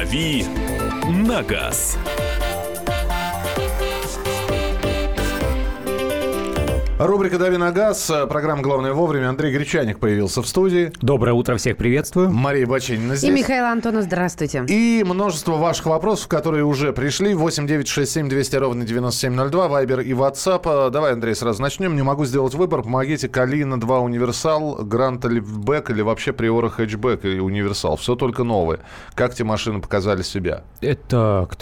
«Дави на газ». Рубрика «Дави на газ». Программа «Главное вовремя». Андрей Гречаник появился в студии. Доброе утро, всех приветствую. Мария Баченина здесь. И Михаил Антонов, здравствуйте. И множество ваших вопросов, которые уже пришли. 8 9 6 7 200 ровно 9702. Вайбер и WhatsApp. Давай, Андрей, сразу начнем. Не могу сделать выбор. Помогите. Калина 2 универсал, Гранта лифтбэк или вообще Приора хэтчбэк и универсал. Все только новые. Как те машины показали себя? Так.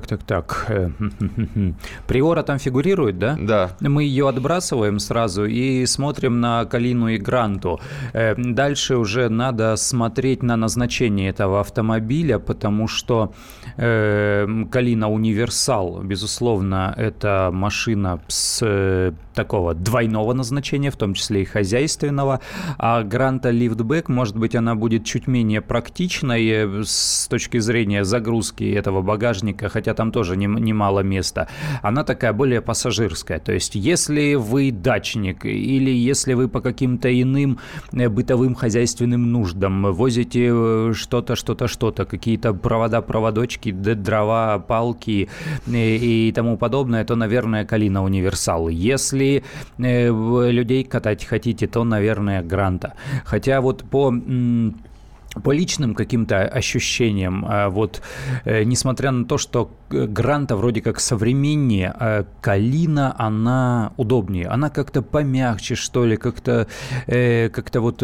Приора там фигурирует, да? Да. Мы ее отбрасываем сразу и смотрим на Калину и Гранту. Дальше уже надо смотреть на назначение этого автомобиля, потому что Калина универсал, безусловно, это машина с такого двойного назначения, в том числе и хозяйственного, а Гранта лифтбэк, может быть, она будет чуть менее практичной с точки зрения загрузки этого багажника, хотя там тоже немало места. Она такая более пассажирская, то есть если вы дачник или если вы по каким-то иным бытовым хозяйственным нуждам возите что-то, какие-то провода, проводочки, дрова, палки и тому подобное, то, наверное, Калина универсал. Если людей катать хотите, то, наверное, Гранта. Хотя вот по личным каким-то ощущениям, вот, несмотря на то, что Гранта вроде как современнее, Калина, она удобнее, она как-то помягче, что ли, как-то вот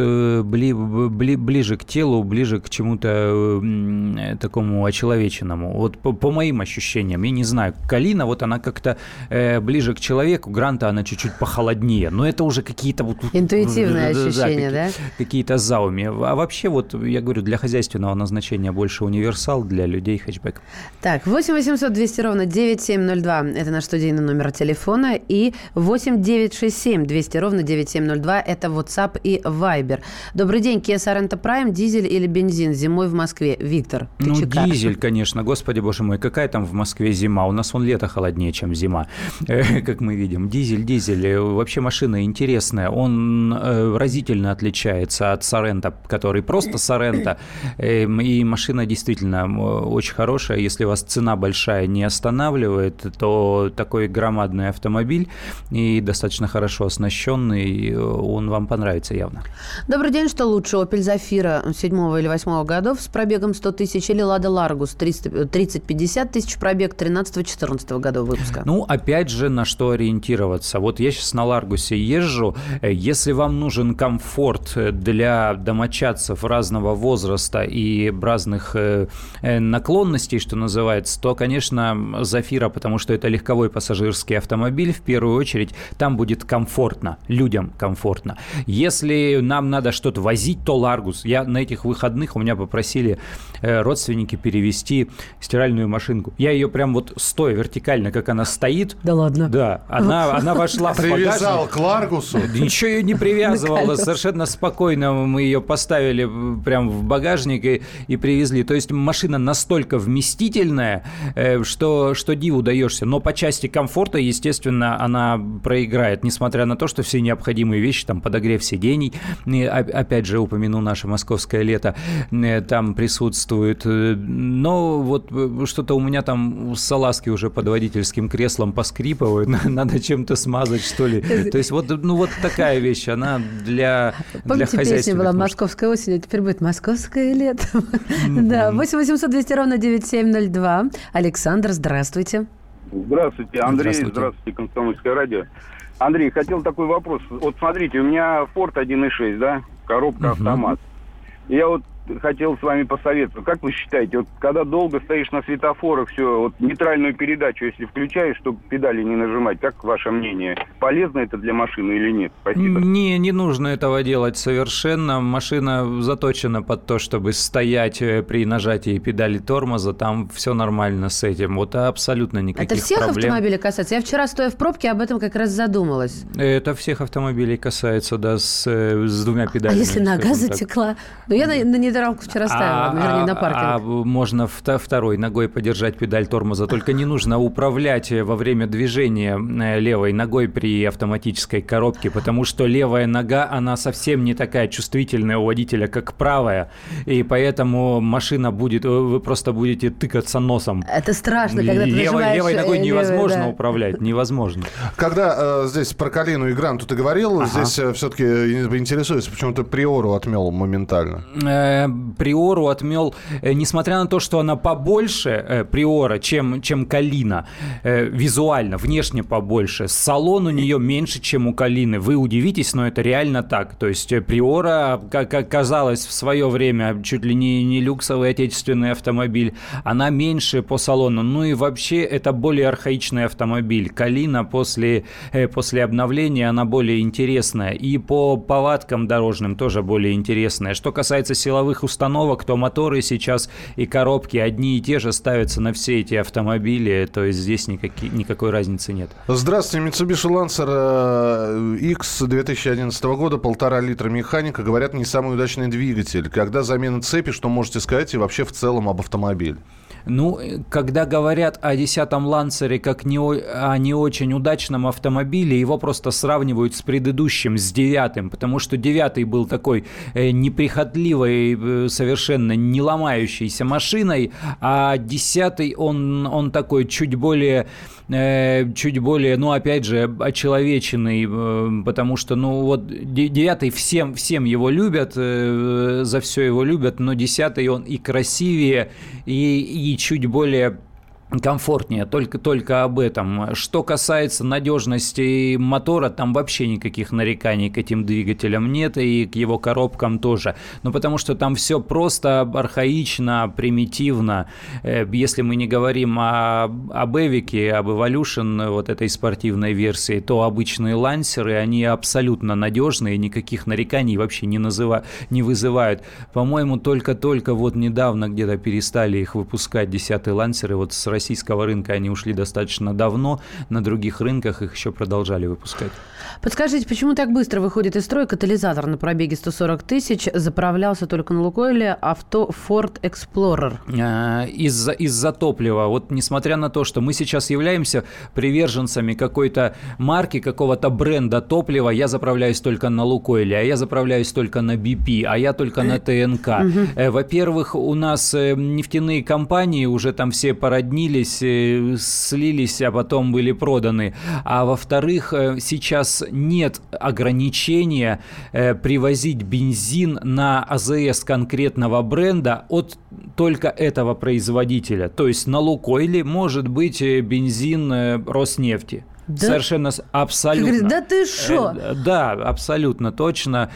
ближе к телу, ближе к чему-то такому очеловеченному. Вот по моим ощущениям, я не знаю, Калина, вот она как-то ближе к человеку, Гранта, она чуть-чуть похолоднее, но это уже какие-то вот... Интуитивные ощущения, да? Какие-то зауми. А вообще вот... Я говорю, для хозяйственного назначения больше универсал, для людей хэтчбэк. Так, 8 800 200 ровно 9702. Это наш студийный номер телефона. И 8 967 200 ровно 9702. Это WhatsApp и Viber. Добрый день. Kia Sorento Prime, дизель или бензин? Зимой в Москве. Виктор. Дизель, конечно. Господи, боже мой. Какая там в Москве зима? У нас вон лето холоднее, чем зима. Как мы видим. Дизель. Вообще машина интересная. Он разительно отличается от Sorento, который просто Sorento. И машина действительно очень хорошая. Если вас цена большая не останавливает, то такой громадный автомобиль и достаточно хорошо оснащенный, он вам понравится явно. Добрый день. Что лучше? Opel Zafira 7 или 8 годов с пробегом 100 тысяч или Lada Largus 30-50 тысяч пробег 13-14 годов выпуска? Опять же, на что ориентироваться. Вот я сейчас на Ларгусе езжу. Если вам нужен комфорт для домочадцев разного возраста и разных наклонностей, что называется, то, конечно, Зафира, потому что это легковой пассажирский автомобиль, в первую очередь, там будет комфортно, людям комфортно. Если нам надо что-то возить, то Ларгус. Я на этих выходных, у меня попросили родственники перевезти стиральную машинку. Я ее прям вот стоя вертикально, как она стоит. Да ладно? Да. Она вошла в багажник. Привязал к Ларгусу? Ничего ее не привязывала. Совершенно спокойно мы ее поставили прям в багажник и привезли. То есть машина настолько вместительная, что диву даешься. Но по части комфорта, естественно, она проиграет, несмотря на то, что все необходимые вещи, там подогрев сидений, опять же упомяну наше московское лето, там присутствует. Но вот что-то у меня там салазки уже под водительским креслом поскрипывают, надо чем-то смазать, что ли. То есть вот такая вещь, она для хозяйственных. Помните, песня была «Московская осень», а теперь будет «Московское лето». Да, 8 800 200 ровно 9702. Александр, здравствуйте. Здравствуйте, Андрей. Здравствуйте, Комсомольское радио. Андрей, хотел такой вопрос. Вот смотрите, у меня Ford 1.6, да, коробка автомат. Я вот хотел с вами посоветовать. Как вы считаете, вот когда долго стоишь на светофорах, все, вот нейтральную передачу, если включаешь, чтобы педали не нажимать, как ваше мнение? Полезно это для машины или нет? Спасибо. Не нужно этого делать совершенно. Машина заточена под то, чтобы стоять при нажатии педали тормоза. Там все нормально с этим. Вот абсолютно никаких проблем. Это всех автомобилей касается? Я вчера, стоя в пробке, об этом как раз задумалась. Это всех автомобилей касается, да, с двумя педалями. А если нога затекла? Ну, я на либералку вчера ставила, вернее, на паркинг. А можно второй ногой подержать педаль тормоза, только не нужно управлять во время движения левой ногой при автоматической коробке, потому что левая нога, она совсем не такая чувствительная у водителя, как правая, и поэтому машина будет, вы просто будете тыкаться носом. Это страшно, когда ты нажимаешь... Левой ногой невозможно управлять, невозможно. Когда здесь про Калину и Гранту ты говорил, здесь все-таки интересуется, почему ты Приору отмел моментально. Приору отмел, несмотря на то, что она побольше Приора, чем Калина, визуально, внешне побольше. Салон у нее меньше, чем у Калины. Вы удивитесь, но это реально так. То есть Приора, как оказалось в свое время, чуть ли не люксовый отечественный автомобиль, она меньше по салону. Ну и вообще это более архаичный автомобиль. Калина после обновления, она более интересная. И по повадкам дорожным тоже более интересная. Что касается силовых установок, то моторы сейчас и коробки одни и те же ставятся на все эти автомобили. То есть здесь никакой разницы нет. Здравствуйте, Mitsubishi Lancer X 2011 года, 1,5 литра механика. Говорят, не самый удачный двигатель. Когда замена цепи, что можете сказать и вообще в целом об автомобиле? Ну, когда говорят о 10-м Лансере как о не очень удачном автомобиле, его просто сравнивают с предыдущим, с 9-м, потому что 9-й был такой неприхотливой, совершенно не ломающейся машиной, а 10-й он такой чуть более, ну, опять же, очеловеченный, потому что, ну, вот 9-й всем его любят, за все его любят, но 10-й он и красивее, и чуть более комфортнее, только об этом. Что касается надежности мотора, там вообще никаких нареканий к этим двигателям нет, и к его коробкам тоже. Ну, потому что там все просто архаично, примитивно. Если мы не говорим об Эвике, об Evolution, вот этой спортивной версии, то обычные лансеры, они абсолютно надежные, никаких нареканий вообще не вызывают. По-моему, только вот недавно где-то перестали их выпускать, 10-й лансеры, вот с российского рынка они ушли достаточно давно, на других рынках их еще продолжали выпускать. Подскажите, почему так быстро выходит из строя катализатор на пробеге 140 тысяч? Заправлялся только на Лукойле авто Ford Explorer. Из-за топлива. Вот несмотря на то, что мы сейчас являемся приверженцами какой-то марки, какого-то бренда топлива, я заправляюсь только на Лукойле, а я заправляюсь только на BP, а я только на ТНК. Во-первых, у нас нефтяные компании уже там все породнились, слились, а потом были проданы. А во-вторых, сейчас нет ограничения привозить бензин на АЗС конкретного бренда от только этого производителя. То есть на Лукойле может быть бензин Роснефти. Да? Совершенно абсолютно. Говорит, да ты шо? Да, абсолютно точно.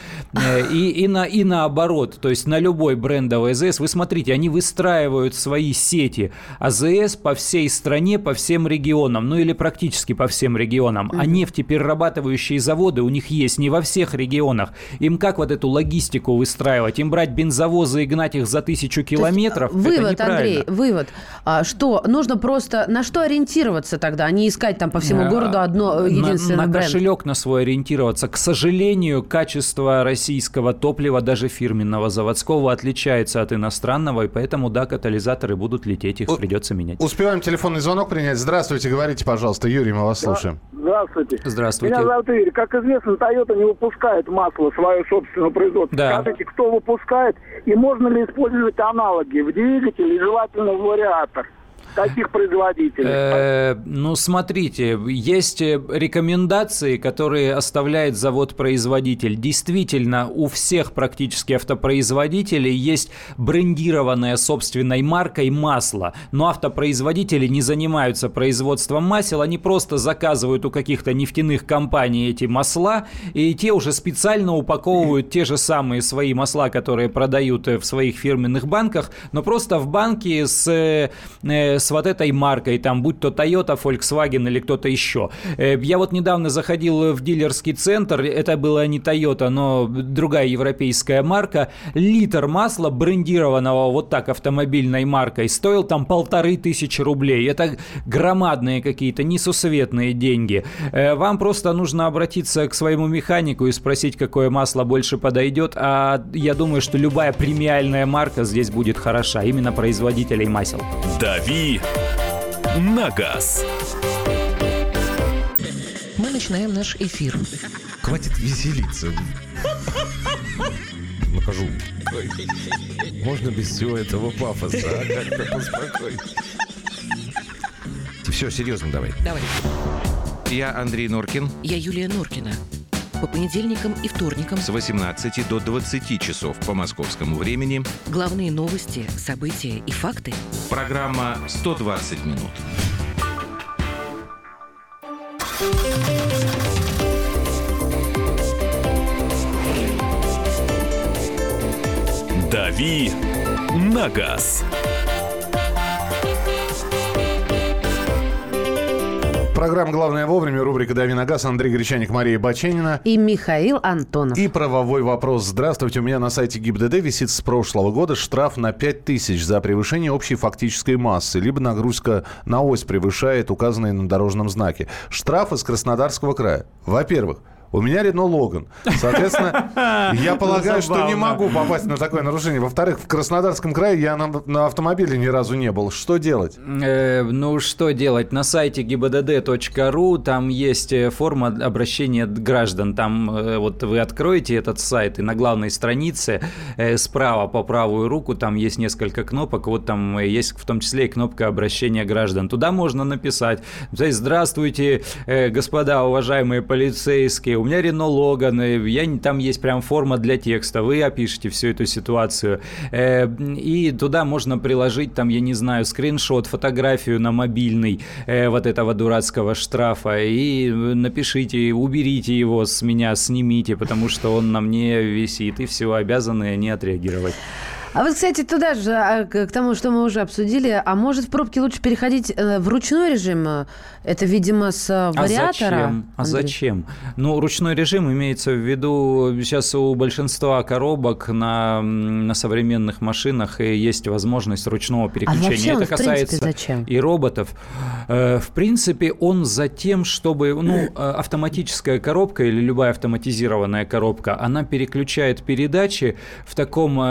И наоборот, то есть на любой брендовый АЗС, вы смотрите, они выстраивают свои сети АЗС по всей стране, по всем регионам, ну или практически по всем регионам. А нефтеперерабатывающие заводы у них есть не во всех регионах. Им как вот эту логистику выстраивать? Им брать бензовозы и гнать их за 1000 километров? Вывод, Андрей, вывод. Что нужно просто на что ориентироваться тогда, а не искать там по всему городу одно единственное на бренд. Кошелек на свой ориентироваться. К сожалению, качество российского топлива, даже фирменного, заводского, отличается от иностранного, и поэтому, да, катализаторы будут лететь, их придется менять. Успеваем телефонный звонок принять. Здравствуйте, говорите, пожалуйста. Юрий, мы вас слушаем. Здравствуйте. Здравствуйте. Меня зовут Игорь. Как известно, Toyota не выпускает масло свое собственного производства. Да. Скажите, кто выпускает и можно ли использовать аналоги в двигателе и желательно в вариатор? Таких производителей? Ну, смотрите, есть рекомендации, которые оставляет завод-производитель. Действительно, у всех практически автопроизводителей есть брендированное собственной маркой масло. Но автопроизводители не занимаются производством масел, они просто заказывают у каких-то нефтяных компаний эти масла, и те уже специально упаковывают те же самые свои масла, которые продают в своих фирменных банках, но просто в банке с с вот этой маркой, там, будь то Toyota, Volkswagen или кто-то еще. Я вот недавно заходил в дилерский центр, это была не Toyota, но другая европейская марка. Литр масла брендированного вот так автомобильной маркой стоил там 1500 рублей. Это громадные какие-то несусветные деньги. Вам просто нужно обратиться к своему механику и спросить, какое масло больше подойдет. А я думаю, что любая премиальная марка здесь будет хороша. Именно производителей масел. «Дави на газ». Мы начинаем наш эфир. Хватит веселиться. Нахожу. Можно без всего этого пафоса, как-то поспокойнее. Все, серьезно давай. Давай. Я Андрей Норкин. Я Юлия Норкина. По понедельникам и вторникам С 18 до 20 часов по московскому времени. Главные новости, события и факты. Программа «120 минут». «Дави на газ». Программа «Главное вовремя», рубрика «Дави на газ». Андрей Гречаник, Мария Баченина. И Михаил Антонов. И правовой вопрос. Здравствуйте, у меня на сайте ГИБДД висит с прошлого года штраф на 5000 за превышение общей фактической массы, либо нагрузка на ось превышает указанные на дорожном знаке. Штраф из Краснодарского края. Во-первых, у меня Рено Логан. Соответственно, я полагаю, что не могу попасть на такое нарушение. Во-вторых, в Краснодарском крае я на автомобиле ни разу не был. Что делать? Ну, что делать? На сайте gibdd.ru там есть форма обращения граждан. Там вот вы откроете этот сайт, и на главной странице справа по правую руку там есть несколько кнопок. Вот там есть в том числе и кнопка обращения граждан. Туда можно написать: здравствуйте, господа уважаемые полицейские, у меня Рено Логан, там есть прям форма для текста, вы опишите всю эту ситуацию, и туда можно приложить, там, я не знаю, скриншот, фотографию на мобильный вот этого дурацкого штрафа, и напишите, уберите его с меня, снимите, потому что он на мне висит, и все, обязаны они отреагировать. А вот, кстати, туда же, к тому, что мы уже обсудили, а может в пробке лучше переходить в ручной режим? Это, видимо, с вариатора? Зачем? Ну, ручной режим имеется в виду, сейчас у большинства коробок на современных машинах есть возможность ручного переключения. Это касается в принципе, зачем? И роботов. В принципе, он за тем, чтобы автоматическая коробка или любая автоматизированная коробка, она переключает передачи в таком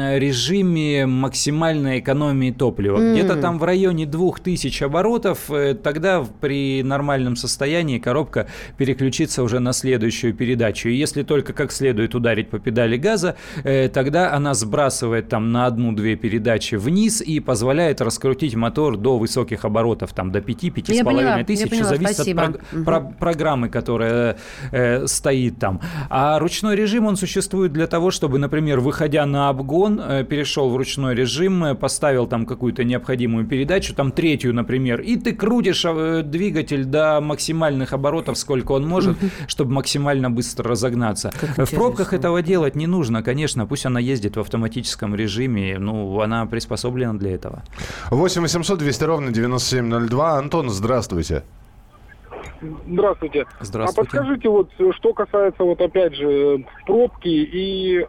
режиме максимальной экономии топлива. Где-то там в районе 2000 оборотов, тогда при нормальном состоянии коробка переключится уже на следующую передачу. И если только как следует ударить по педали газа, тогда она сбрасывает там на 1-2 передачи вниз и позволяет раскрутить мотор до высоких оборотов, там до 5-5,5 тысяч. Зависит от программы, которая стоит там. А ручной режим, он существует для того, чтобы, например, выходя на обгон, перешел в ручной режим, поставил там какую-то необходимую передачу, там 3-ю, например, и ты крутишь двигатель до максимальных оборотов, сколько он может, чтобы максимально быстро разогнаться. В пробках этого делать не нужно, конечно, пусть она ездит в автоматическом режиме, она приспособлена для этого. 8 800 200 ровно 9702. Антон, здравствуйте. Здравствуйте. Здравствуйте. А подскажите, что касается, опять же, пробки и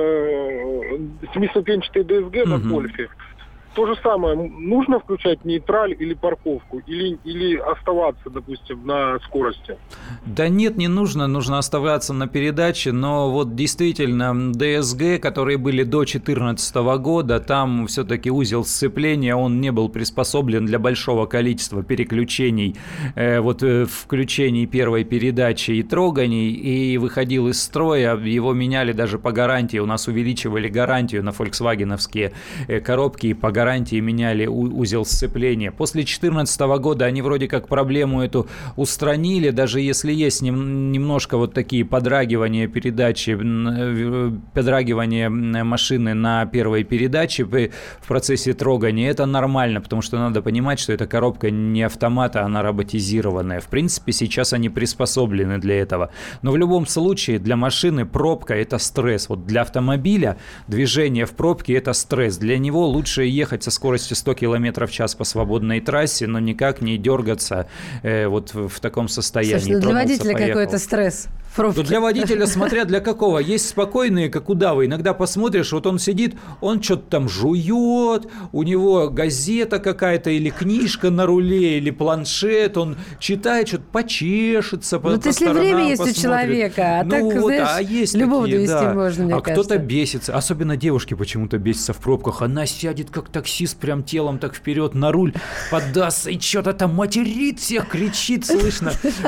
семиступенчатой ДСГ на гольфе. То же самое, нужно включать нейтраль или парковку, или оставаться, допустим, на скорости? Да нет, не нужно, нужно оставаться на передаче, но действительно ДСГ, которые были до 2014 года, там все-таки узел сцепления, он не был приспособлен для большого количества переключений, включений первой передачи и троганий, и выходил из строя, его меняли даже по гарантии, у нас увеличивали гарантию на фольксвагеновские коробки, и по гарантии меняли узел сцепления. После 2014 года они вроде как проблему эту устранили, даже если есть немножко такие подрагивания передачи, подрагивания машины на первой передаче в процессе трогания, это нормально, потому что надо понимать, что эта коробка не автомат, а она роботизированная. В принципе, сейчас они приспособлены для этого. Но в любом случае для машины пробка – это стресс. Для автомобиля движение в пробке – это стресс. Для него лучше ехать ехать со скоростью 100 км в час по свободной трассе, но никак не дергаться вот в таком состоянии. Слушай, для водителя какой-то стресс. Ну, для водителя, смотря для какого. Есть спокойные, как удавы. Иногда посмотришь, вот он сидит, он что-то там жует, у него газета какая-то или книжка на руле, или планшет, он читает, что-то почешется по сторонам, если время есть посмотрит. у человека, а так, знаешь, есть любого такие, довести можно, мне кажется. Кто-то бесится, особенно девушки почему-то бесятся в пробках. Она сядет, как таксист, прям телом так вперед на руль, поддастся и что-то там материт всех, кричит, слышно.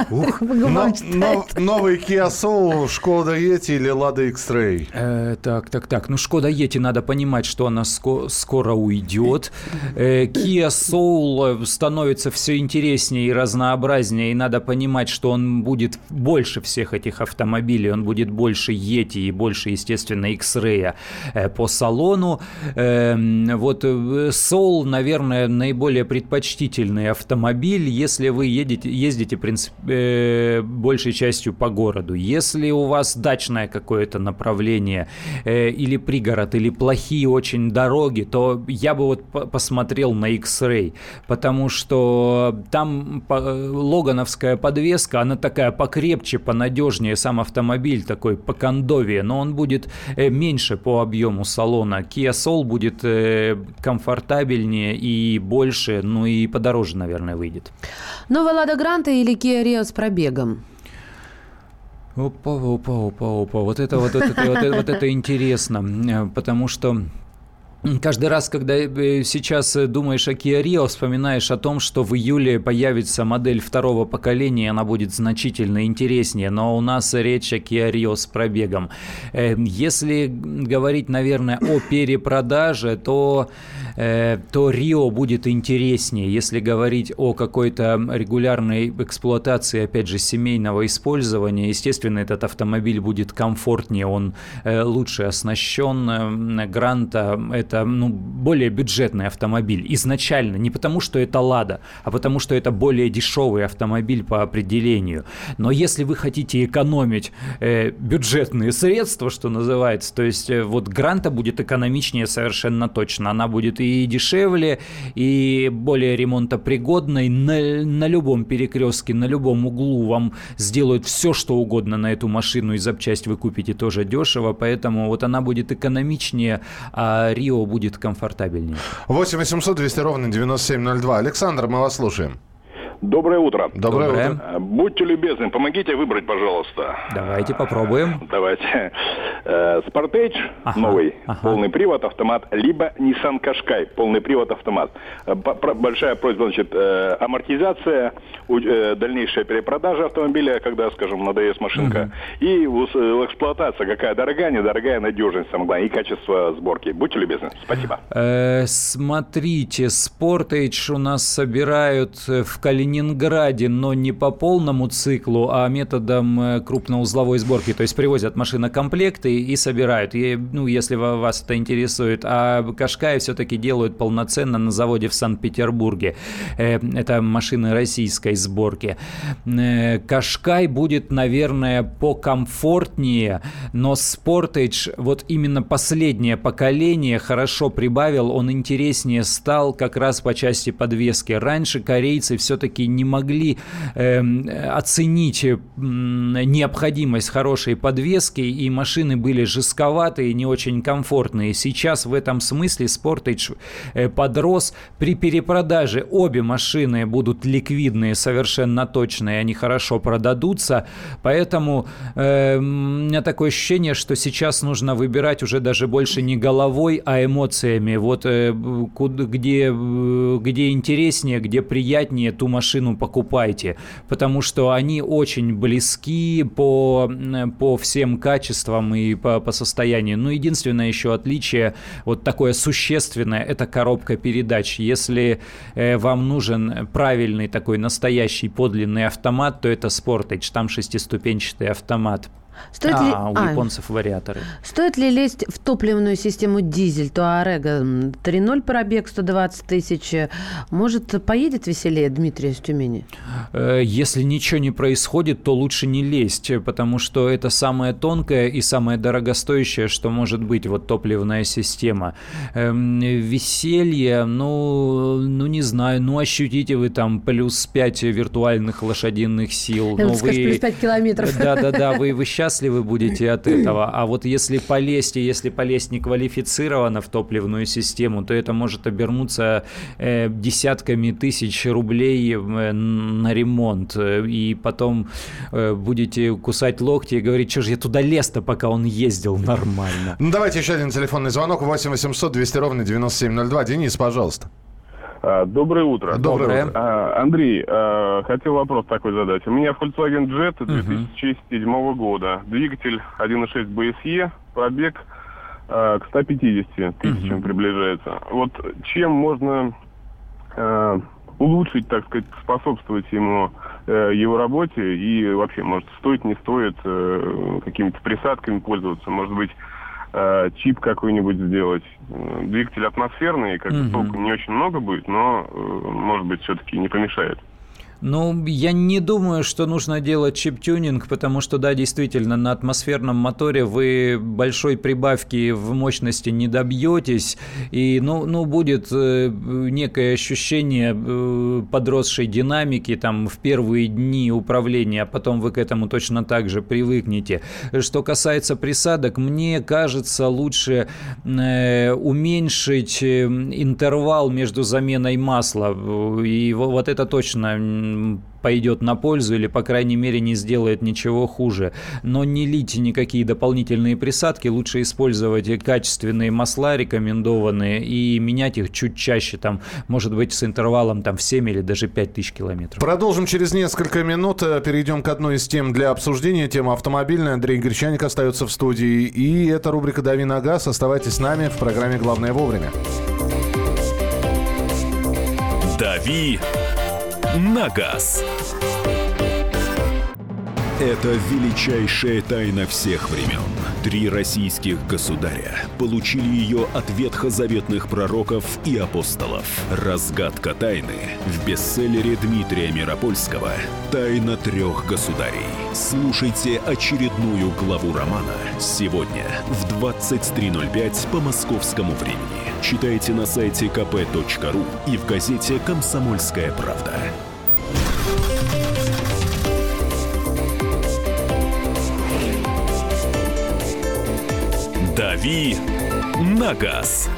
Новый Kia Soul, Шкода Yeti или Lada X-Ray? Так. Ну, Шкода Yeti, надо понимать, что она скоро уйдет. Kia Soul становится все интереснее и разнообразнее, и надо понимать, что он будет больше всех этих автомобилей, он будет больше Yeti и больше, естественно, X-Ray по салону. Вот Soul, наверное, наиболее предпочтительный автомобиль, если вы ездите, в принципе, большей частью по городу. Если у вас дачное какое-то направление или пригород, или плохие очень дороги, то я бы вот посмотрел на X-Ray, потому что там логановская подвеска, она такая покрепче, понадежнее, сам автомобиль такой покондовее, но он будет меньше по объему салона. Kia Soul будет комфортабельнее и больше, ну и подороже, наверное, выйдет. Новая Lada Granta или Kia Rio с пробегом? Опа. Вот это интересно, потому что каждый раз, когда сейчас думаешь о Kia Rio, вспоминаешь о том, что в июле появится модель второго поколения, она будет значительно интереснее, но у нас речь о Kia Rio с пробегом. Если говорить, наверное, о перепродаже, то Rio будет интереснее. Если говорить о какой-то регулярной эксплуатации, опять же, семейного использования, естественно, этот автомобиль будет комфортнее, он лучше оснащен. Гранта – это более бюджетный автомобиль изначально, не потому что это Лада, а потому что это более дешевый автомобиль по определению. Но если вы хотите экономить бюджетные средства, что называется, то есть вот Гранта будет экономичнее совершенно точно, она будет и дешевле, и более ремонтопригодной, на любом перекрестке, на любом углу вам сделают все, что угодно на эту машину, и запчасть вы купите тоже дешево, поэтому вот она будет экономичнее, а Рио будет комфортабельнее. 8 800 200 ровно 9702. Александр, мы вас слушаем. Доброе утро. Доброе утро. Будьте любезны, помогите выбрать, пожалуйста. Давайте попробуем. Давайте. Sportage новый, полный привод, автомат, либо Nissan Qashqai, полный привод, автомат. Большая просьба, значит, амортизация, дальнейшая перепродажа автомобиля, когда, скажем, надоест машинка, и эксплуатация, какая дорогая, недорогая, надежность, самое главное, и качество сборки. Будьте любезны. Спасибо. Смотрите, Sportage у нас собирают в Калининграде, но не по полному циклу, а методом крупноузловой сборки. То есть привозят машинокомплекты и собирают. И, если вас это интересует. А Qashqai все-таки делают полноценно на заводе в Санкт-Петербурге. Это машины российской сборки. Qashqai будет, наверное, покомфортнее, но Sportage, вот именно последнее поколение, хорошо прибавил, он интереснее стал как раз по части подвески. Раньше корейцы все-таки не могли оценить необходимость хорошей подвески, и машины были жестковатые, не очень комфортные. Сейчас в этом смысле Sportage подрос. При перепродаже обе машины будут ликвидные, совершенно точные, они хорошо продадутся, поэтому у меня такое ощущение, что сейчас нужно выбирать уже даже больше не головой, а эмоциями. Вот где интереснее, где приятнее, ту машину покупайте, потому что они очень близки по всем качествам и по состоянию. Ну, единственное еще отличие, вот такое существенное, это коробка передач. Если вам нужен правильный такой настоящий подлинный автомат, то это Sportage, там 6-ступенчатый автомат. У японцев вариаторы. Стоит ли лезть в топливную систему дизель? Туарега 3.0 пробег, 120 тысяч. Может, поедет веселее Дмитрий из Тюмени? Если ничего не происходит, то лучше не лезть, потому что это самое тонкое и самое дорогостоящее, что может быть, вот топливная система. Веселье, не знаю, ощутите вы там плюс 5 виртуальных лошадиных сил. Скажешь, плюс 5 километров. Да, вы счастливы будете от этого. А вот если полезть неквалифицированно в топливную систему, то это может обернуться десятками тысяч рублей на ремонт. И потом будете кусать локти и говорить, что же я туда лез-то, пока он ездил нормально. Давайте еще один телефонный звонок. 8 800 200 ровно 9702. Денис, пожалуйста. Доброе утро. Доброе утро. Андрей, хотел вопрос такой задать. У меня Volkswagen Jetta 2007 года. Двигатель 1.6 BSE, пробег к 150 тысячам приближается. Вот чем можно улучшить, так сказать, способствовать его работе и вообще, может, стоит, не стоит какими-то присадками пользоваться, может быть, чип какой-нибудь сделать. Двигатель атмосферный, толку не очень много будет, но, может быть, все-таки не помешает. Я не думаю, что нужно делать чип-тюнинг, потому что, да, действительно, на атмосферном моторе вы большой прибавки в мощности не добьетесь, и, будет некое ощущение подросшей динамики там в первые дни управления, а потом вы к этому точно так же привыкнете. Что касается присадок, мне кажется, лучше уменьшить интервал между заменой масла, и вот это точно пойдет на пользу или, по крайней мере, не сделает ничего хуже. Но не лить никакие дополнительные присадки, лучше использовать качественные масла рекомендованные и менять их чуть чаще, там, может быть, с интервалом там, в 7 или даже 5 тысяч километров. Продолжим через несколько минут. Перейдем к одной из тем для обсуждения. Тема автомобильная. Андрей Гречаник остается в студии. И это рубрика «Дави на газ». Оставайтесь с нами в программе «Главное вовремя». «Дави на газ». Это величайшая тайна всех времен. 3 российских государя получили ее от ветхозаветных пророков и апостолов. Разгадка тайны в бестселлере Дмитрия Миропольского «Тайна 3 государей». Слушайте очередную главу романа сегодня в 23:05 по московскому времени. Читайте на сайте kp.ru и в газете «Комсомольская правда». «Дави на газ».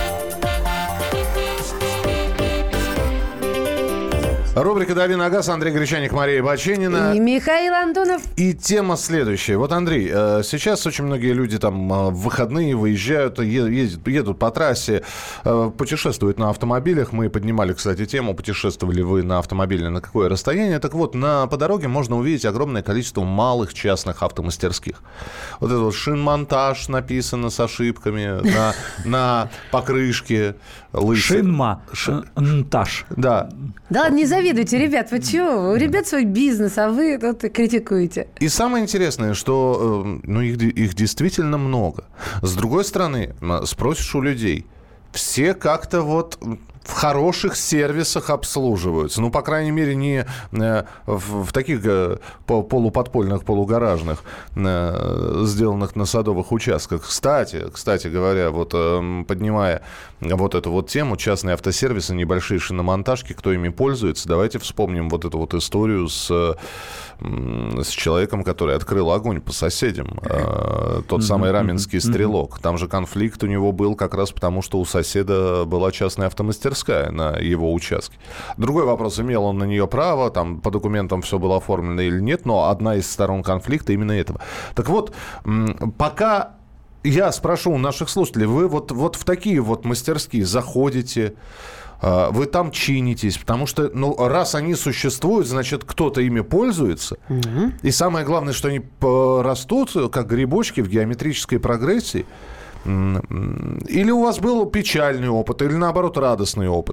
Рубрика «Дави на газ». Андрей Гречаник, Мария Баченина. И Михаил Антонов. И тема следующая. Вот, Андрей, сейчас очень многие люди там в выходные выезжают, едут по трассе, путешествуют на автомобилях. Мы поднимали, кстати, тему, путешествовали вы на автомобиле, на какое расстояние. Так вот, по дороге можно увидеть огромное количество малых частных автомастерских. Вот это вот шинмонтаж написано с ошибками на покрышке. Шинмонтаж. Да. Да ладно, не завидуйте, ребят, вы чего? У ребят свой бизнес, а вы тут критикуете. И самое интересное, что их действительно много. С другой стороны, спросишь у людей, все как-то вот в хороших сервисах обслуживаются. По крайней мере, не в таких полуподпольных, полугаражных, сделанных на садовых участках. Кстати говоря, вот поднимая вот эту вот тему, частные автосервисы, небольшие шиномонтажки, кто ими пользуется, давайте вспомним вот эту вот историю с человеком, который открыл огонь по соседям. Тот самый раменский стрелок. Там же конфликт у него был как раз потому, что у соседа была частная автомастерская на его участке. Другой вопрос, имел он на нее право, там по документам все было оформлено или нет, но одна из сторон конфликта именно этого. Так вот, пока я спрошу у наших слушателей, вы вот в такие вот мастерские заходите, вы там чинитесь, потому что, раз они существуют, значит, кто-то ими пользуется. Угу. И самое главное, что они растут, как грибочки в геометрической прогрессии. Или у вас был печальный опыт, или, наоборот, радостный опыт?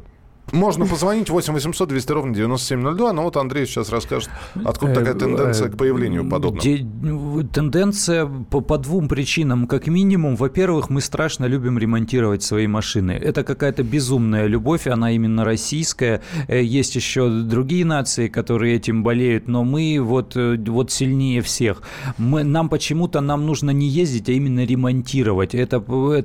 Можно позвонить 8 800 200 ровно 9702, но вот Андрей сейчас расскажет, откуда такая тенденция к появлению подобного. Тенденция по двум причинам. Как минимум, во-первых, мы страшно любим ремонтировать свои машины. Это какая-то безумная любовь, она именно российская. Есть еще другие нации, которые этим болеют, но мы вот сильнее всех. Нам почему-то нужно не ездить, а именно ремонтировать. Это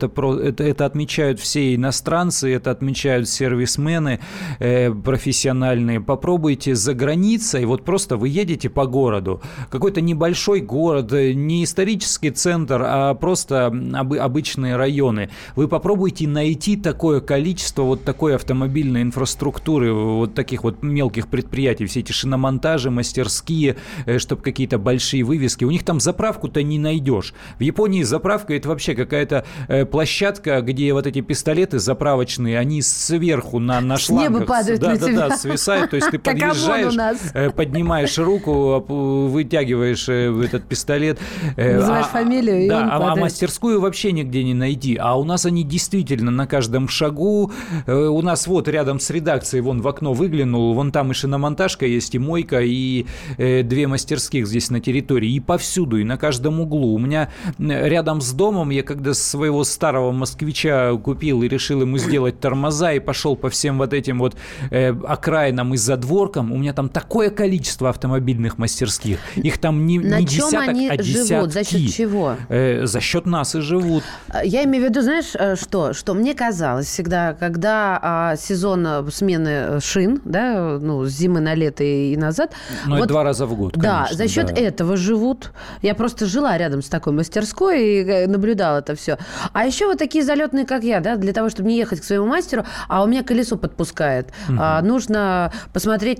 отмечают все иностранцы, это отмечают сервисмены профессиональные. Попробуйте за границей, вот просто вы едете по городу, какой-то небольшой город, не исторический центр, а просто обычные районы. Вы попробуйте найти такое количество вот такой автомобильной инфраструктуры, вот таких вот мелких предприятий, все эти шиномонтажи, мастерские, чтобы какие-то большие вывески. У них там заправку-то не найдешь. В Японии заправка — это вообще какая-то площадка, где вот эти пистолеты заправочные, они сверху на шлангах. С неба падают на тебя. Да, свисают. То есть ты подъезжаешь, поднимаешь руку, вытягиваешь этот пистолет. Называешь фамилию, и он падает. А мастерскую вообще нигде не найти. А у нас они действительно на каждом шагу. У нас вот рядом с редакцией, вон в окно выглянул, вон там и шиномонтажка есть, и мойка, и 2 мастерских здесь на территории. И повсюду, и на каждом углу. У меня рядом с домом, я когда своего старого москвича купил и решил ему сделать тормоза, и пошел по всем вот этим вот окраинам и задворкам, у меня там такое количество автомобильных мастерских. Их там не десяток, а десятки. Живут? За счет чего? За счет нас и живут. Я имею в виду, знаешь, что мне казалось всегда, когда сезон смены шин, да, с зимы на лето и назад. Но это 2 раза в год, да, конечно. За счет этого живут. Я просто жила рядом с такой мастерской и наблюдала это все. А еще вот такие залетные, как я, да, для того, чтобы не ехать к своему мастеру, а у меня колесо подпускает. Нужно посмотреть,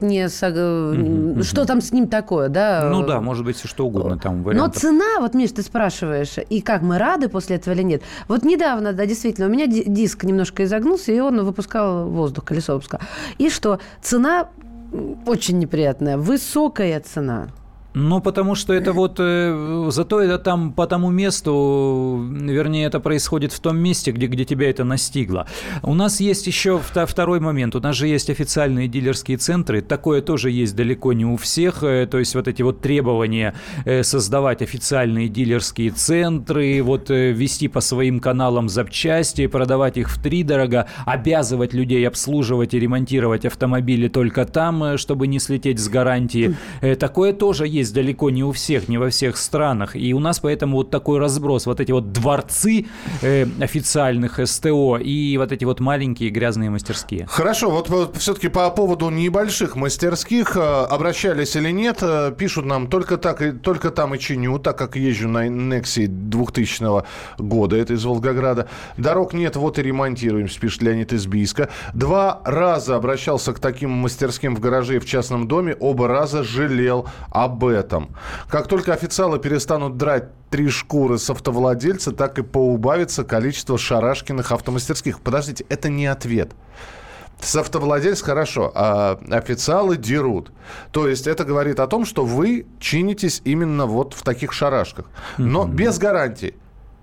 что там с ним такое, да. Ну да, может быть, все что угодно там вариантов. Но цена, вот, Миш, ты спрашиваешь, и как мы рады после этого или нет. Вот недавно, да, действительно, у меня диск немножко изогнулся, и он выпускал воздух, колесо выпускал. И что? Цена очень неприятная, высокая цена. Ну, потому что это вот, зато это там по тому месту, вернее, это происходит в том месте, где тебя это настигло. У нас есть еще второй момент. У нас же есть официальные дилерские центры. Такое тоже есть далеко не у всех. То есть вот эти вот требования создавать официальные дилерские центры, вот вести по своим каналам запчасти, продавать их втридорога, обязывать людей обслуживать и ремонтировать автомобили только там, чтобы не слететь с гарантии. Такое тоже есть далеко не у всех, не во всех странах. И у нас поэтому вот такой разброс. Вот эти вот дворцы официальных СТО и вот эти вот маленькие грязные мастерские. Хорошо, вот все-таки по поводу небольших мастерских, обращались или нет, пишут нам, только там и чиню, так как езжу на Nexia 2000 года, это из Волгограда. Дорог нет, вот и ремонтируем, пишет Леонид из Бийска. 2 раза обращался к таким мастерским в гараже и в частном доме, оба раза жалел об этом. Как только официалы перестанут драть 3 шкуры с автовладельца, так и поубавится количество шарашкиных автомастерских. Подождите, это не ответ. С автовладельцем хорошо, а официалы дерут. То есть это говорит о том, что вы чинитесь именно вот в таких шарашках. Но без гарантии.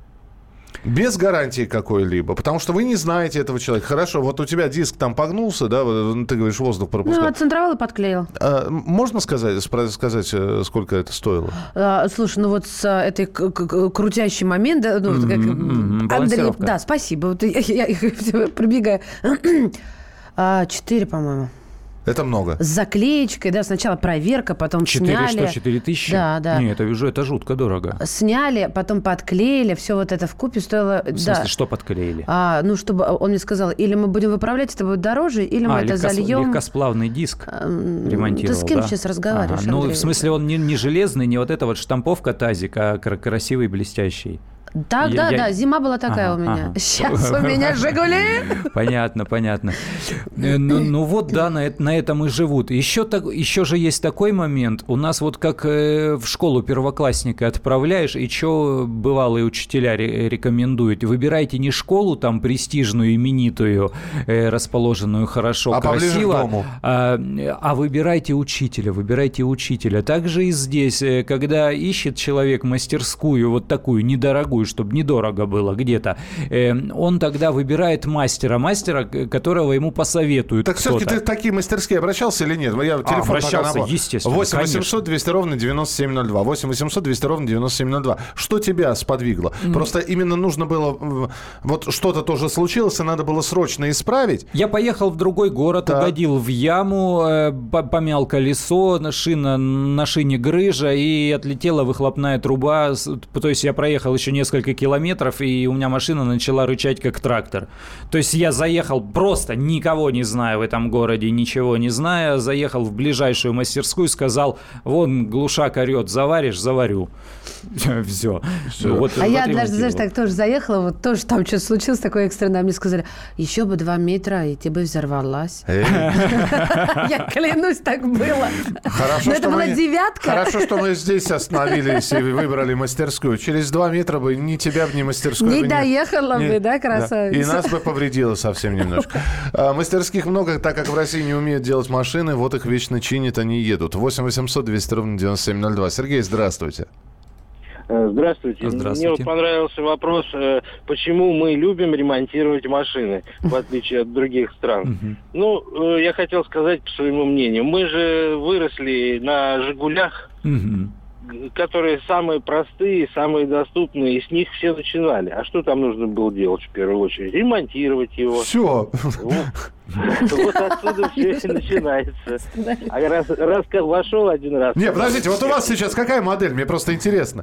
Без гарантии какой-либо, потому что вы не знаете этого человека. Хорошо, вот у тебя диск там погнулся, да, ты говоришь, воздух пропускал. Ну, отцентровал и подклеил. Можно сказать, сколько это стоило? Слушай, ну вот с этой крутящий момент, да, Андрей, да, спасибо. Вот я пробегаю. 4, по-моему. Это много. С заклеечкой, да, сначала проверка, потом 400, 4 тысячи? Да. Нет, это жутко дорого. Сняли, потом подклеили, все вот это вкупе стоило... В смысле, что подклеили? Чтобы он мне сказал, или мы будем выправлять, это будет дороже, или мы это зальем... легкосплавный диск ремонтировал, Ты с кем сейчас разговариваешь, Андрей? Ну, в смысле, он не железный, не вот эта вот штамповка тазик, а красивый, блестящий. Да, зима была такая у меня. Сейчас у меня «Жигули». Понятно. Ну вот, да, на этом и живут. Еще же есть такой момент. У нас вот как в школу первоклассника отправляешь, и что бывалые учителя рекомендуют? Выбирайте не школу там престижную, именитую, расположенную хорошо, красиво, а выбирайте учителя. Также и здесь, когда ищет человек мастерскую, вот такую недорогую, мастерскую, чтобы недорого было где-то, он тогда выбирает мастера, которого ему посоветуют. Так кто-то. все-таки ты в такие мастерские обращался или нет? Я обращался, естественно. 8 800 200 ровно 9702. 8 800 200 ровно 9702. Что тебя сподвигло? Просто именно нужно было... Вот что-то тоже случилось, и надо было срочно исправить. Я поехал в другой город, угодил в яму, помял колесо, на шине грыжа, и отлетела выхлопная труба. То есть я проехал еще несколько километров, и у меня машина начала рычать, как трактор. То есть я заехал просто, никого не зная в этом городе, ничего не зная, заехал в ближайшую мастерскую, сказал, вон глушак орет, заваришь? Заварю. Все. А я однажды, знаешь, так тоже заехала, вот тоже там что-то случилось такое экстренное, мне сказали, еще бы 2 метра, и ты бы взорвалась. Я клянусь, так было. Но это была 9-ка. Хорошо, что мы здесь остановились и выбрали мастерскую. Через 2 метра бы ни тебя, ни мастерскую. Не доехала бы, да, красавица? И нас бы повредило совсем немножко. Мастерских много, так как в России не умеют делать машины, вот их вечно чинят, они едут. 8 800 200 ровно 9702. Сергей, здравствуйте. Здравствуйте. Мне вот понравился вопрос, почему мы любим ремонтировать машины, в отличие от других стран. Ну, я хотел сказать по своему мнению. Мы же выросли на «Жигулях», которые самые простые, самые доступные, и с них все начинали. А что там нужно было делать в первую очередь? Ремонтировать его. Все. Вот отсюда все и начинается. А раз вошел один раз... Не, подождите, вот у вас сейчас какая модель? Мне просто интересно.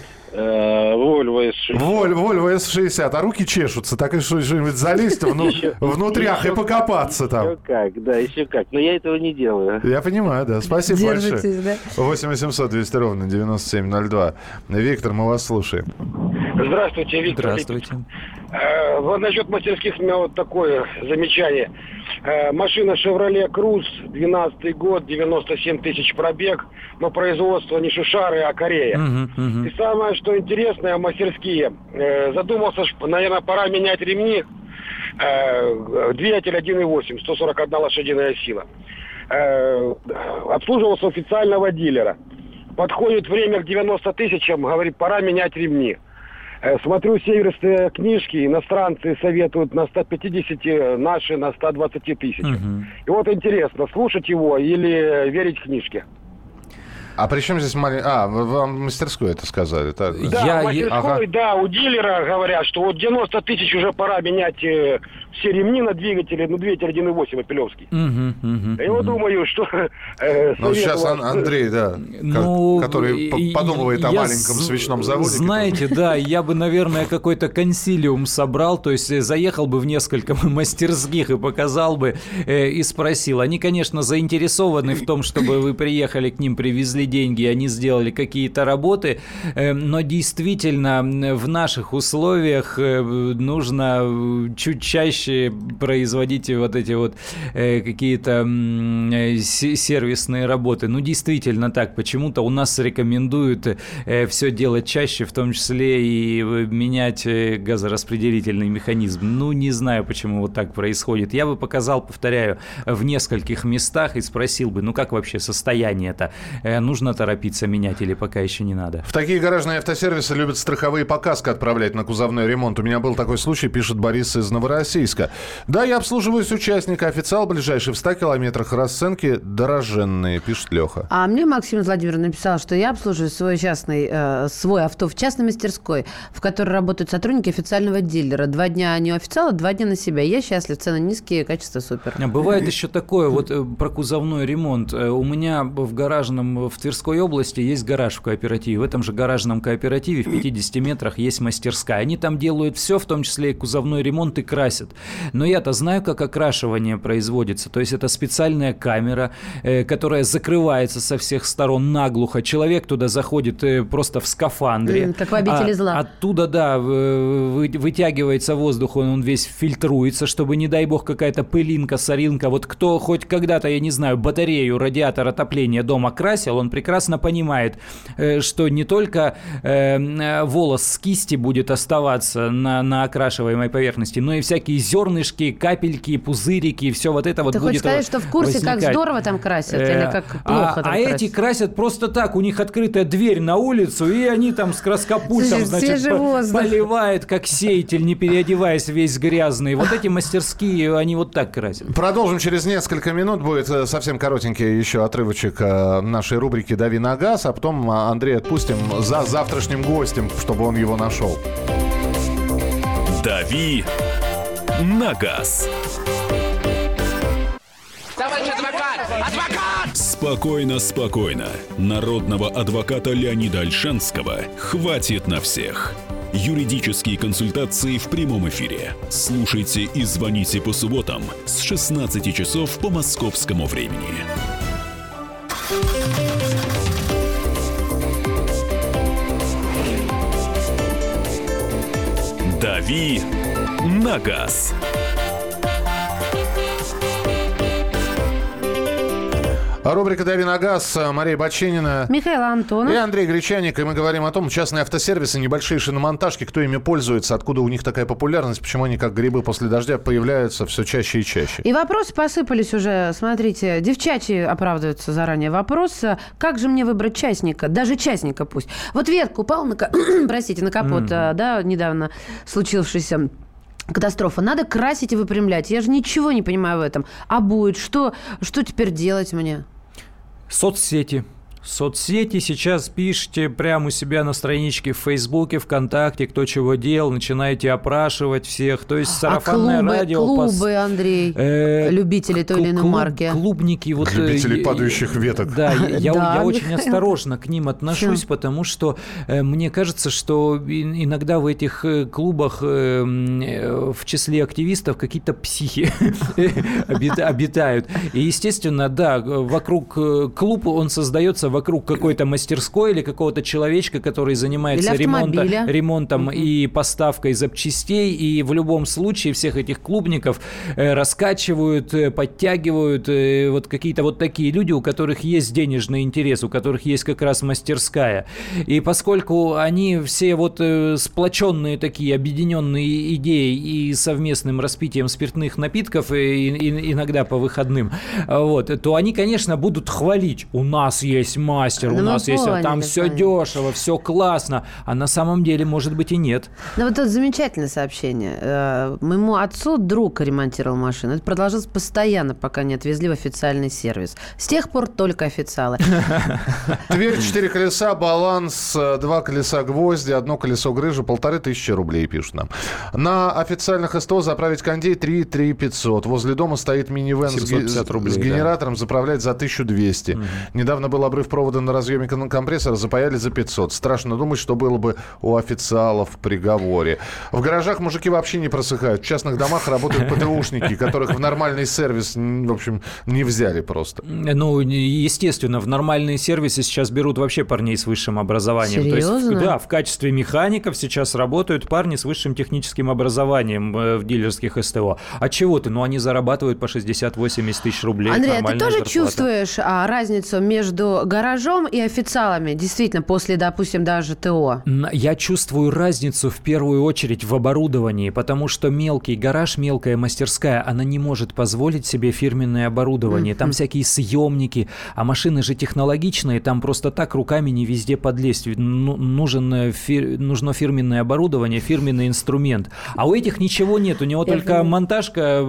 Volvo S60. Volvo S60, а руки чешутся, так и что-нибудь залезть внутрях и покопаться там. Еще как, да, еще как. Но я этого не делаю. Я понимаю, да. Спасибо большое. Да? 8 800 200 ровно 9702. Виктор, мы вас слушаем. Здравствуйте, Виктор. Здравствуйте. Вот насчет мастерских у меня вот такое замечание. Машина Chevrolet Cruze, 12 год, 97 тысяч пробег, но производство не Шушары, а Корея. И самое, что интересное, мастерские. Задумался, наверное, пора менять ремни. Двигатель 1.8, 141 лошадиная сила. Обслуживался официального дилера. Подходит время к 90 тысячам, говорит, пора менять ремни. Смотрю сервисные книжки, иностранцы советуют на 150, наши на 120 тысяч. И вот интересно, слушать его или верить книжке? А при чем здесь вам мастерскую это сказали? Так? Да, мастерской, да, у дилера говорят, что вот 90 тысяч уже пора менять все ремни на двигателе, двигатель 1.8 Опелевский. Я вот думаю, что... Ну, сейчас Андрей, да, который подумывает о маленьком свечном заводе. Знаете, да, я бы, наверное, какой-то консилиум собрал, то есть заехал бы в несколько мастерских и показал бы, и спросил. Они, конечно, заинтересованы в том, чтобы вы приехали к ним, привезли деньги, они сделали какие-то работы, но действительно в наших условиях нужно чуть чаще производить вот эти вот какие-то сервисные работы. Ну, действительно так. Почему-то у нас рекомендуют все делать чаще, в том числе и менять газораспределительный механизм. Ну, не знаю, почему вот так происходит. Я бы показал, повторяю, в нескольких местах и спросил бы, ну, как вообще состояние-то? Нужно торопиться менять или пока еще не надо? В такие гаражные автосервисы любят страховые показки отправлять на кузовной ремонт. У меня был такой случай, пишет Борис из Новороссийска. Да, я обслуживаюсь участника, официал ближайший в 100 километрах. Расценки дороженные, пишет Леха. А мне Максим Владимирович написал, что я обслуживаю свой авто в частной мастерской, в которой работают сотрудники официального дилера. 2 дня они у официала, 2 дня на себя. Я счастлив, цены низкие, качество супер. Бывает еще такое, вот про кузовной ремонт. У меня в Тверской области есть гараж в кооперативе. В этом же гаражном кооперативе в 50 метрах есть мастерская. Они там делают все, в том числе и кузовной ремонт, и красят. Но я-то знаю, как окрашивание производится. То есть это специальная камера, которая закрывается со всех сторон наглухо. Человек туда заходит просто в скафандре. Как в «Обители зла». Оттуда, да, вытягивается воздух, он весь фильтруется, чтобы, не дай бог, какая-то пылинка, соринка. Вот кто хоть когда-то, я не знаю, батарею, радиатор отопления дома красил, он прекрасно понимает, что не только волос с кисти будет оставаться на окрашиваемой поверхности, но и всякие зернышки, капельки, пузырики, все вот это вот будет возникать. Ты хочешь сказать, что в курсе, возникать. Как здорово там красят или как плохо там красят? Эти красят просто так, у них открытая дверь на улицу, и они там с краскопультом, значит, поливают, как сеятель, не переодеваясь весь грязный. Вот эти мастерские, они вот так красят. Продолжим через несколько минут. Будет совсем коротенький еще отрывочек нашей рубрики «Дави на газ», а потом Андрея отпустим за завтрашним гостем, чтобы он его нашел. «Дави на газ». Товарищ адвокат! Адвокат! Спокойно, спокойно. Народного адвоката Леонида Ольшанского хватит на всех. Юридические консультации в прямом эфире. Слушайте и звоните по субботам с 16 часов по московскому времени. «Дави на газ». Рубрика «Дави на газ». Мария Баченина, Михаил Антонов и Андрей Гречаник. И мы говорим о том, частные автосервисы, небольшие шиномонтажки, кто ими пользуется, откуда у них такая популярность, почему они как грибы после дождя появляются все чаще и чаще. И вопросы посыпались уже. Смотрите, девчачьи оправдываются заранее. Вопрос, как же мне выбрать частника? Даже частника пусть. Вот ветка упала на капот, да, недавно случившийся. Катастрофа. Надо красить и выпрямлять. Я же ничего не понимаю в этом. А будет? Что теперь делать мне? Соцсети. Соцсети сейчас пишите прямо у себя на страничке в Фейсбуке, ВКонтакте, кто чего делал, начинаете опрашивать всех. То есть сарафанное радио. Клубы, Андрей, любители той или иной марки. Клубники. Вот, любители падающих веток. Да, я очень осторожно к ним отношусь, потому что мне кажется, что иногда в этих клубах в числе активистов какие-то психи обитают. И, естественно, да, вокруг клуба он создается вокруг какой-то мастерской или какого-то человечка, который занимается ремонтом и поставкой запчастей. И в любом случае всех этих клубников раскачивают, подтягивают вот какие-то вот такие люди, у которых есть денежный интерес, у которых есть как раз мастерская. И поскольку они все вот сплоченные такие, объединенные идеей и совместным распитием спиртных напитков, и иногда по выходным, вот, то они, конечно, будут хвалить. У нас есть мастер, у нас есть, там все дешево, все классно, а на самом деле, может быть, и нет. Ну, вот это замечательное сообщение. Моему отцу друг ремонтировал машину. Это продолжалось постоянно, пока не отвезли в официальный сервис. С тех пор только официалы. Тверь, 4 колеса, баланс, 2 колеса гвозди, 1 колесо грыжи, 1500 рублей, пишут нам. На официальных СТО заправить кондей 3 500. Возле дома стоит минивэн с генератором, заправлять за 1200. Недавно был обрыв провода на разъеме компрессора, запаяли за 500. Страшно думать, что было бы у официалов в приговоре. В гаражах мужики вообще не просыхают. В частных домах работают ПТУшники, которых в нормальный сервис, в общем, не взяли просто. Ну, естественно, в нормальные сервисы сейчас берут вообще парней с высшим образованием. Серьезно? То есть, да, в качестве механиков сейчас работают парни с высшим техническим образованием в дилерских СТО. А чего ты? Ну, они зарабатывают по 60-80 тысяч рублей. Андрей, а ты тоже зарплата. Чувствуешь разницу между гаражом и официалами, действительно, после, допустим, даже ТО? Я чувствую разницу в первую очередь в оборудовании, потому что мелкий гараж, мелкая мастерская, она не может позволить себе фирменное оборудование. Там всякие съемники, а машины же технологичные, там просто так руками не везде подлезть. Нужно фирменное оборудование, фирменный инструмент. А у этих ничего нет, у него только монтажка,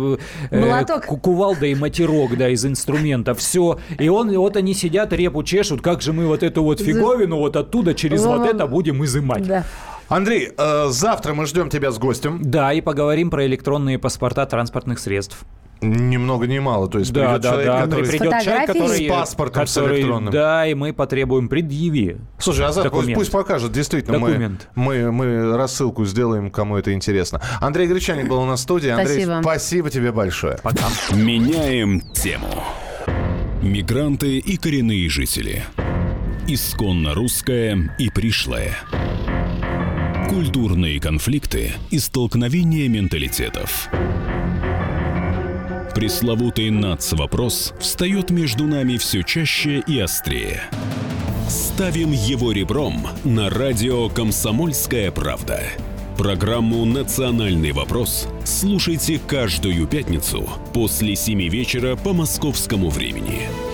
кувалда и матерок, да, из инструмента. Все. И вот они сидят, репу чешут, как же мы вот эту вот фиговину вот оттуда через вот это будем изымать. Да. Андрей, завтра мы ждем тебя с гостем. Да, и поговорим про электронные паспорта транспортных средств. Ни много ни мало. То есть придет человек, который с паспортом, с электронным. Да, и мы потребуем предъяви. Слушай, Азат, пусть покажет. Действительно, мы рассылку сделаем, кому это интересно. Андрей Гречаник был у нас в студии. Андрей, спасибо тебе большое. Пока. Меняем тему. Мигранты и коренные жители. Исконно русское и пришлое. Культурные конфликты и столкновения менталитетов. Пресловутый НАЦ-вопрос встает между нами все чаще и острее. Ставим его ребром на радио «Комсомольская правда». Программу «Национальный вопрос» слушайте каждую пятницу после 7 вечера по московскому времени.